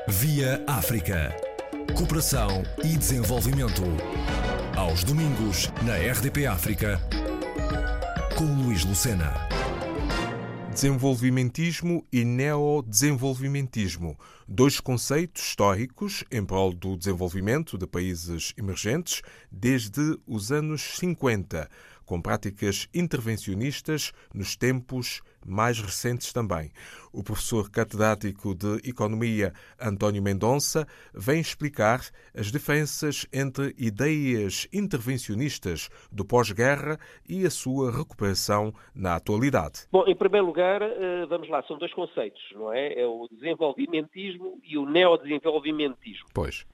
Via África. Cooperação e desenvolvimento. Aos domingos, na RDP África, com Luís Lucena. Desenvolvimentismo e neodesenvolvimentismo, dois conceitos históricos em prol do desenvolvimento de países emergentes desde os anos 50, com práticas intervencionistas nos tempos mais recentes também. O professor catedrático de Economia, António Mendonça, vem explicar as diferenças entre ideias intervencionistas do pós-guerra e a sua recuperação na atualidade. Bom, em primeiro lugar, vamos lá, são dois conceitos, não é? É o desenvolvimentismo e o neodesenvolvimentismo. Pois.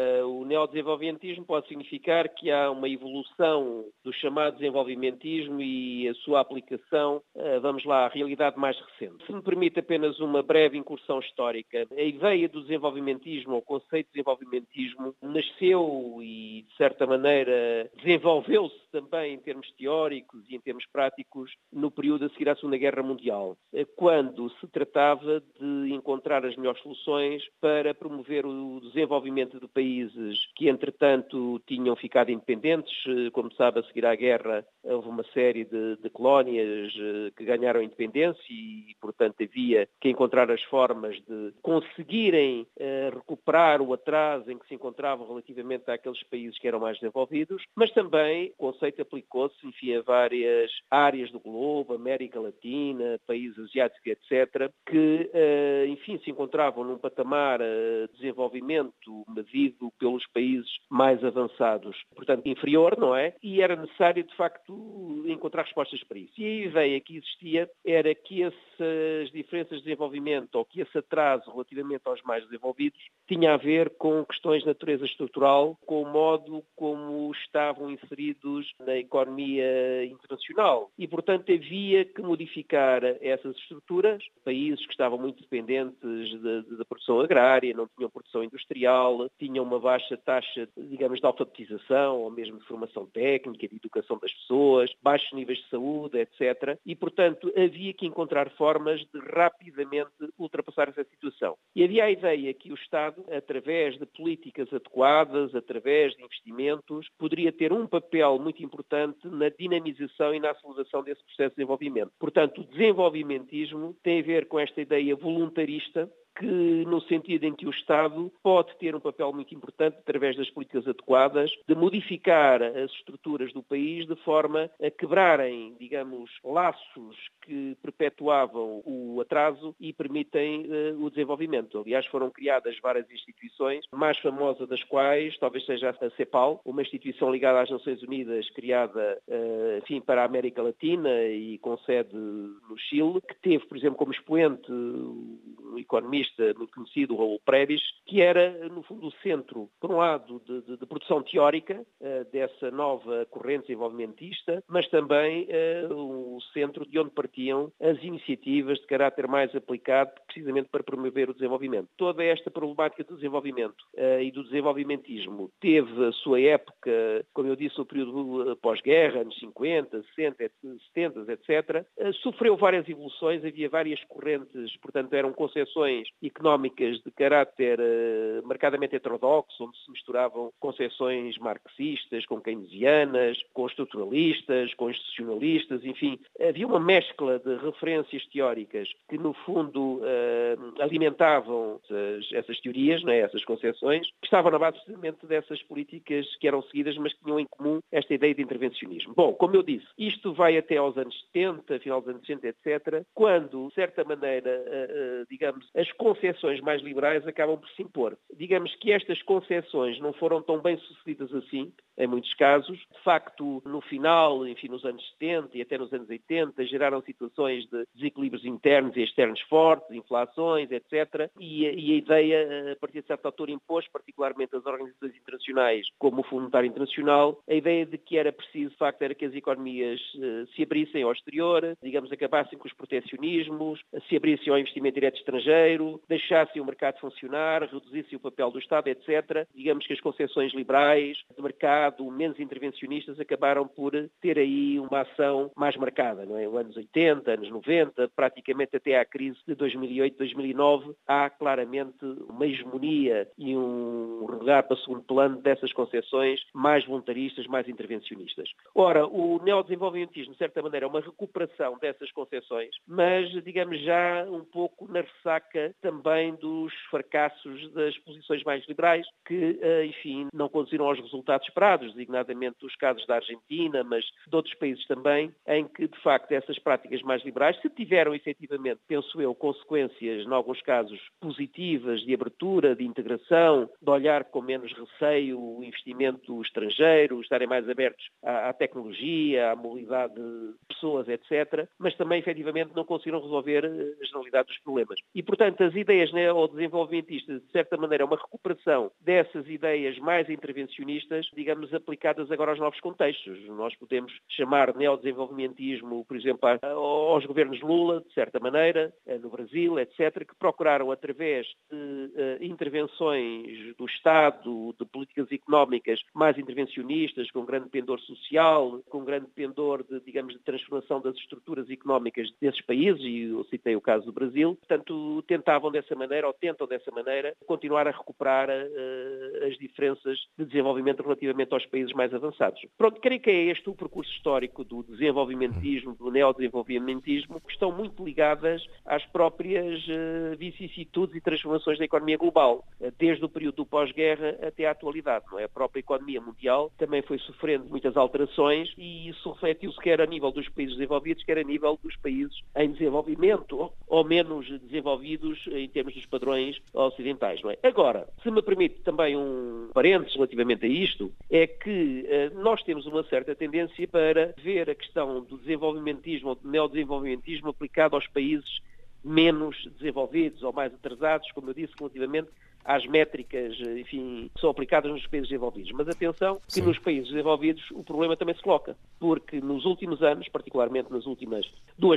O neodesenvolvimentismo pode significar que há uma evolução do chamado desenvolvimentismo e a sua aplicação, vamos lá, à realidade mais recente. Se me permite apenas uma breve incursão histórica, a ideia do desenvolvimentismo, o conceito de desenvolvimentismo, nasceu e, de certa maneira, desenvolveu-se também em termos teóricos e em termos práticos no período a seguir à Segunda Guerra Mundial, quando se tratava de encontrar as melhores soluções para promover o desenvolvimento de países que, entretanto, tinham ficado independentes. Como sabe, a seguir à guerra houve uma série de colónias que ganharam independência e, portanto, havia que encontrar as formas de conseguirem recuperar o atraso em que se encontravam relativamente àqueles países que eram mais desenvolvidos, mas também o conceito aplicou-se, enfim, a várias áreas do globo, América Latina, países asiáticos, etc., que, enfim, se encontravam num patamar de desenvolvimento medido pelos países mais avançados, portanto, inferior, não é? E era necessário, de facto, encontrar respostas para isso. E a ideia que existia era que essas diferenças de desenvolvimento ou que esse atraso relativamente aos mais desenvolvidos tinha a ver com questões de natureza estrutural, com o modo como estavam inseridos na economia internacional. E, portanto, havia que modificar essas estruturas. Países que estavam muito dependentes da produção agrária, não tinham produção industrial, tinham uma baixa taxa, digamos, de alfabetização ou mesmo de formação técnica, de educação das pessoas, baixos níveis de saúde, etc. E, portanto, havia que encontrar formas de rapidamente ultrapassar essa situação. E havia a ideia que o Estado, através de políticas adequadas, através de investimentos, poderia ter um papel muito importante na dinamização e na aceleração desse processo de desenvolvimento. Portanto, o desenvolvimentismo tem a ver com esta ideia voluntarista, que no sentido em que o Estado pode ter um papel muito importante através das políticas adequadas de modificar as estruturas do país de forma a quebrarem, digamos, laços que perpetuavam o atraso e permitem o desenvolvimento. Aliás, foram criadas várias instituições, a mais famosa das quais talvez seja a CEPAL, uma instituição ligada às Nações Unidas, criada, enfim, para a América Latina e com sede no Chile, que teve, por exemplo, como expoente um economista muito conhecido, o Raul Previs, que era, no fundo, o centro, por um lado, de produção teórica dessa nova corrente desenvolvimentista, mas também o centro de onde partiam as iniciativas de caráter mais aplicado, precisamente para promover o desenvolvimento. Toda esta problemática do desenvolvimento e do desenvolvimentismo teve a sua época, como eu disse, no período pós-guerra, anos 50, 60, 70, etc. Sofreu várias evoluções, havia várias correntes, portanto, eram concepções económicas de caráter marcadamente heterodoxo, onde se misturavam concepções marxistas com keynesianas, com estruturalistas, com institucionalistas, enfim, havia uma mescla de referências teóricas que, no fundo, alimentavam essas teorias, não é? Essas concepções, que estavam na base precisamente dessas políticas que eram seguidas, mas que tinham em comum esta ideia de intervencionismo. Bom, como eu disse, isto vai até aos anos 70, final dos anos 60, etc., quando, de certa maneira, digamos, as concepções mais liberais acabam por se impor. Digamos que estas concepções não foram tão bem sucedidas assim, em muitos casos. De facto, no final, enfim, nos anos 70 e até nos anos 80, geraram situações de desequilíbrios internos e externos fortes, inflações, etc. E a ideia, a partir de certa altura, impôs, particularmente as organizações internacionais, como o Fundo Monetário Internacional, a ideia de que era preciso, de facto, era que as economias se abrissem ao exterior, digamos, acabassem com os protecionismos, se abrissem ao investimento direto estrangeiro, estrangeiro, deixassem o mercado funcionar, reduzissem o papel do Estado, etc. Digamos que as concessões liberais de mercado, menos intervencionistas, acabaram por ter aí uma ação mais marcada, não é? Os anos 80, anos 90, praticamente até à crise de 2008, 2009, há claramente uma hegemonia e um regar para segundo plano dessas concessões mais voluntaristas, mais intervencionistas. Ora, o neodesenvolvimentismo, de certa maneira, é uma recuperação dessas concessões, mas, digamos, já um pouco na ressaca também dos fracassos das posições mais liberais, que, enfim, não conduziram aos resultados esperados, designadamente os casos da Argentina, mas de outros países também, em que, de facto, essas práticas mais liberais, se tiveram, efetivamente, penso eu, consequências, em alguns casos, positivas, de abertura, de integração, de olhar com menos receio o investimento estrangeiro, estarem mais abertos à tecnologia, à mobilidade de pessoas, etc., mas também, efetivamente, não conseguiram resolver a generalidade dos problemas. E, portanto, as ideias neodesenvolvimentistas, de certa maneira, é uma recuperação dessas ideias mais intervencionistas, digamos, aplicadas agora aos novos contextos. Nós podemos chamar neodesenvolvimentismo, por exemplo, aos governos Lula, de certa maneira, no Brasil, etc., que procuraram, através de intervenções do Estado, de políticas económicas mais intervencionistas, com grande pendor social, com grande pendor de, digamos, de transformação das estruturas económicas desses países, e eu citei o caso do Brasil, portanto, tentavam dessa maneira, ou tentam dessa maneira, continuar a recuperar as diferenças de desenvolvimento relativamente aos países mais avançados. Pronto, creio que é este o percurso histórico do desenvolvimentismo, do neodesenvolvimentismo, que estão muito ligadas às próprias vicissitudes e transformações da economia global, desde o período do pós-guerra até à atualidade. Não é? A própria economia mundial também foi sofrendo muitas alterações e isso refletiu-se quer a nível dos países desenvolvidos, quer a nível dos países em desenvolvimento ou menos desenvolvidos em termos dos padrões ocidentais. Não é? Agora, se me permite também um parênteses relativamente a isto, é que nós temos uma certa tendência para ver a questão do desenvolvimentismo ou do neodesenvolvimentismo aplicado aos países menos desenvolvidos ou mais atrasados, como eu disse, relativamente às métricas, enfim, que são aplicadas nos países desenvolvidos. Mas atenção que Sim. nos países desenvolvidos o problema também se coloca, porque nos últimos anos, particularmente nas últimas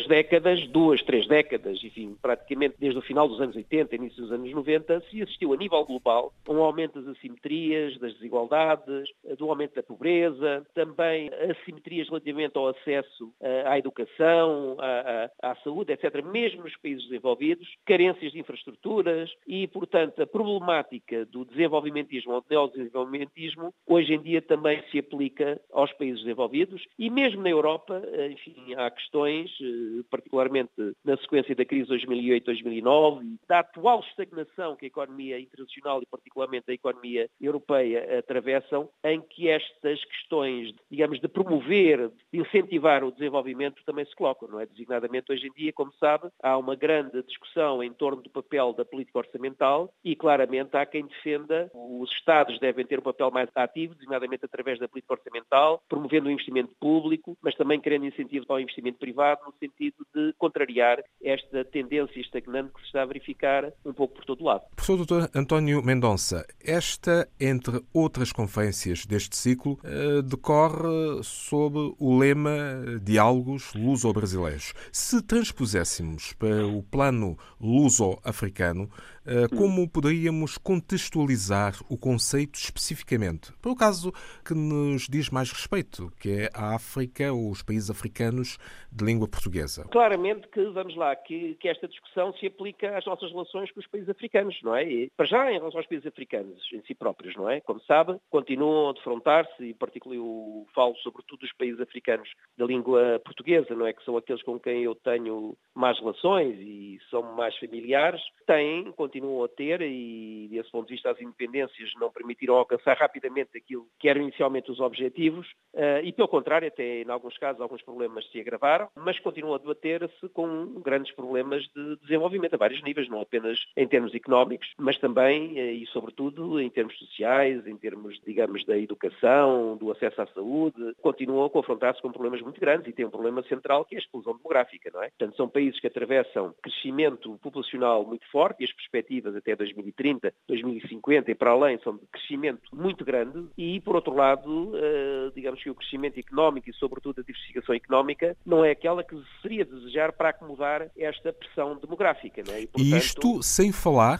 3 décadas, enfim, praticamente desde o final dos anos 80, início dos anos 90, se assistiu a nível global a um aumento das assimetrias, das desigualdades, do aumento da pobreza, também assimetrias relativamente ao acesso à educação, à saúde, etc., mesmo nos países desenvolvidos, carências de infraestruturas e, portanto, a problemática do desenvolvimentismo ou do neodesenvolvimentismo hoje em dia também se aplica aos países desenvolvidos e mesmo na Europa, enfim, há questões, particularmente na sequência da crise de 2008-2009 e da atual estagnação que a economia internacional e particularmente a economia europeia atravessam, em que estas questões, digamos, de promover, de incentivar o desenvolvimento também se colocam, não é? Designadamente hoje em dia, como sabe, há uma grande discussão em torno do papel da política orçamental e claramente há quem defenda os Estados devem ter um papel mais ativo, designadamente através da política orçamental, promovendo o investimento público, mas também querendo incentivo ao investimento privado no sentido de contrariar esta tendência estagnante que se está a verificar um pouco por todo o lado. Professor Dr. António Mendonça, esta, entre outras conferências deste ciclo, decorre sob o lema Diálogos Luso-Brasileiros. Se transpuséssemos para o plano luso-africano, como poderíamos contextualizar o conceito especificamente? Para o caso que nos diz mais respeito, que é a África ou os países africanos de língua portuguesa. Claramente que, vamos lá, que esta discussão se aplica às nossas relações com os países africanos, não é? E, para já, em relação aos países africanos em si próprios, não é? Como sabe, continuam a defrontar-se, e em particular eu falo sobretudo dos países africanos da língua portuguesa, não é? Que são aqueles com quem eu tenho mais relações e são mais familiares, continuam a ter, e desse ponto de vista as independências não permitiram alcançar rapidamente aquilo que eram inicialmente os objetivos e, pelo contrário, até em alguns casos, alguns problemas se agravaram, mas continuam a debater-se com grandes problemas de desenvolvimento a vários níveis, não apenas em termos económicos, mas também e, sobretudo, em termos sociais, em termos, digamos, da educação, do acesso à saúde, continuam a confrontar-se com problemas muito grandes e tem um problema central que é a exclusão demográfica, não é? Portanto, são países que atravessam crescimento populacional muito forte e as perspectivas perspectivas até 2030, 2050 e para além são de crescimento muito grande e, por outro lado, digamos que o crescimento económico e, sobretudo, a diversificação económica não é aquela que seria desejar para acomodar esta pressão demográfica. Não é? E, portanto, isto sem falar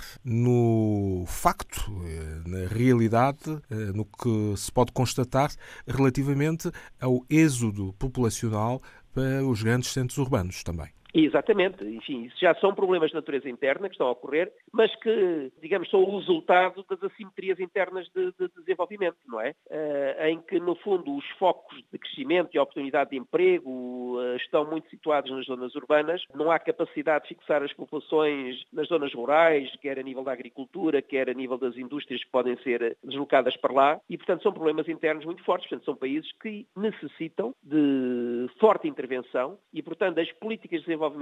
no facto, na realidade, no que se pode constatar relativamente ao êxodo populacional para os grandes centros urbanos também. Exatamente. Enfim, isso já são problemas de natureza interna que estão a ocorrer, mas que, digamos, são o resultado das assimetrias internas de desenvolvimento, não é? Em que, no fundo, os focos de crescimento e oportunidade de emprego estão muito situados nas zonas urbanas. Não há capacidade de fixar as populações nas zonas rurais, quer a nível da agricultura, quer a nível das indústrias que podem ser deslocadas para lá. E, portanto, são problemas internos muito fortes. Portanto, são países que necessitam de forte intervenção e, portanto, as políticas de desenvolvimentistas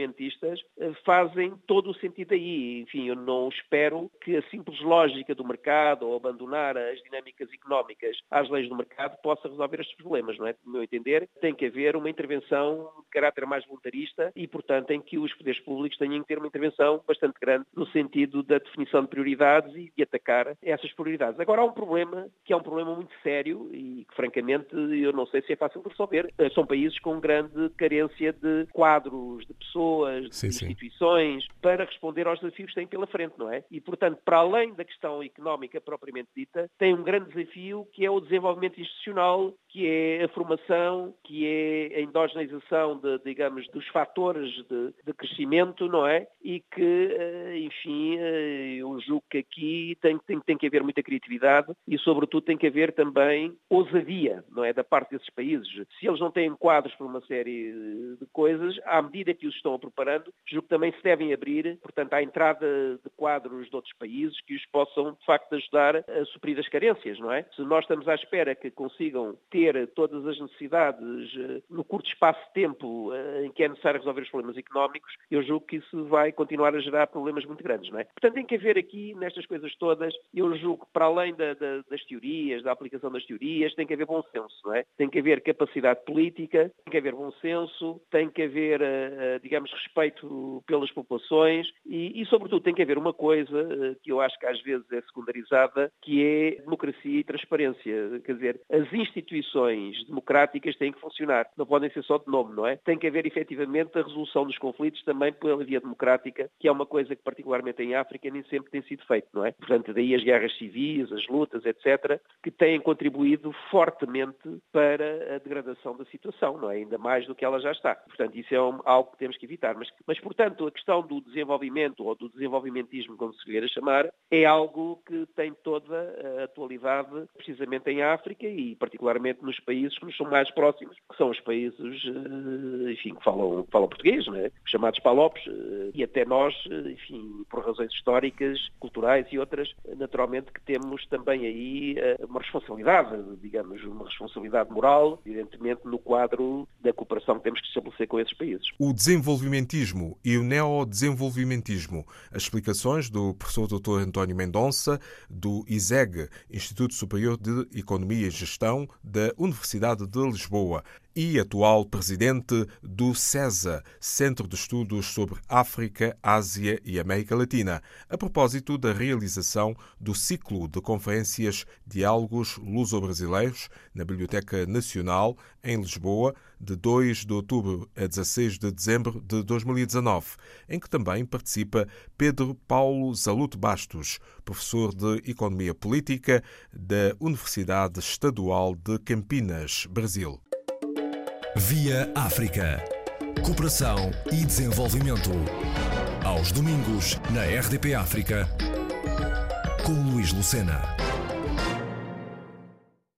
fazem todo o sentido aí. Enfim, eu não espero que a simples lógica do mercado ou abandonar as dinâmicas económicas às leis do mercado possa resolver estes problemas, não é? No meu entender, tem que haver uma intervenção de caráter mais voluntarista e, portanto, em que os poderes públicos tenham que ter uma intervenção bastante grande no sentido da definição de prioridades e de atacar essas prioridades. Agora, há um problema que é um problema muito sério e que, francamente, eu não sei se é fácil de resolver. São países com grande carência de quadros, de pessoas, de instituições, para responder aos desafios que têm pela frente, não é? E, portanto, para além da questão económica propriamente dita, tem um grande desafio que é o desenvolvimento institucional, que é a formação, que é a endogeneização digamos, dos fatores de crescimento, não é? E que, enfim, eu julgo que aqui tem que haver muita criatividade e, sobretudo, tem que haver também ousadia, não é? Da parte desses países. Se eles não têm quadros para uma série de coisas, à medida que os estão preparando, julgo que também se devem abrir, portanto, à entrada de quadros de outros países que os possam, de facto, ajudar a suprir as carências, não é? Se nós estamos à espera que consigam ter todas as necessidades no curto espaço de tempo em que é necessário resolver os problemas económicos, eu julgo que isso vai continuar a gerar problemas muito grandes, não é? Portanto, tem que haver aqui, nestas coisas todas, eu julgo que para além das teorias, da aplicação das teorias, tem que haver bom senso, não é? Tem que haver capacidade política, tem que haver bom senso, tem que haver, digamos, respeito pelas populações e, sobretudo, tem que haver uma coisa que eu acho que às vezes é secundarizada, que é democracia e transparência. Quer dizer, as instituições democráticas têm que funcionar. Não podem ser só de nome, não é? Tem que haver, efetivamente, a resolução dos conflitos também pela via democrática, que é uma coisa que, particularmente em África, nem sempre tem sido feito, não é? Portanto, daí as guerras civis, as lutas, etc., que têm contribuído fortemente para a degradação da situação, não é? Ainda mais do que ela já está. Portanto, isso é algo que temos que evitar. Mas, portanto, a questão do desenvolvimento ou do desenvolvimentismo, como se queira chamar, é algo que tem toda a atualidade precisamente em África e particularmente nos países que nos são mais próximos, que são os países, enfim, que falam português, não é? Chamados PALOPs, e até nós, enfim, por razões históricas, culturais e outras, naturalmente que temos também aí uma responsabilidade, digamos, uma responsabilidade moral, evidentemente, no quadro da cooperação que temos que estabelecer com esses países. O desenvolvimentismo e o neodesenvolvimentismo. As explicações do professor Dr. António Mendonça, do ISEG, Instituto Superior de Economia e Gestão, da Universidade de Lisboa, e atual presidente do CESA, Centro de Estudos sobre África, Ásia e América Latina, a propósito da realização do ciclo de conferências Diálogos Luso-Brasileiros na Biblioteca Nacional, em Lisboa, de 2 de outubro a 16 de dezembro de 2019, em que também participa Pedro Paulo Zalute Bastos, professor de Economia Política da Universidade Estadual de Campinas, Brasil. Via África. Cooperação e desenvolvimento. Aos domingos, na RDP África, com Luís Lucena.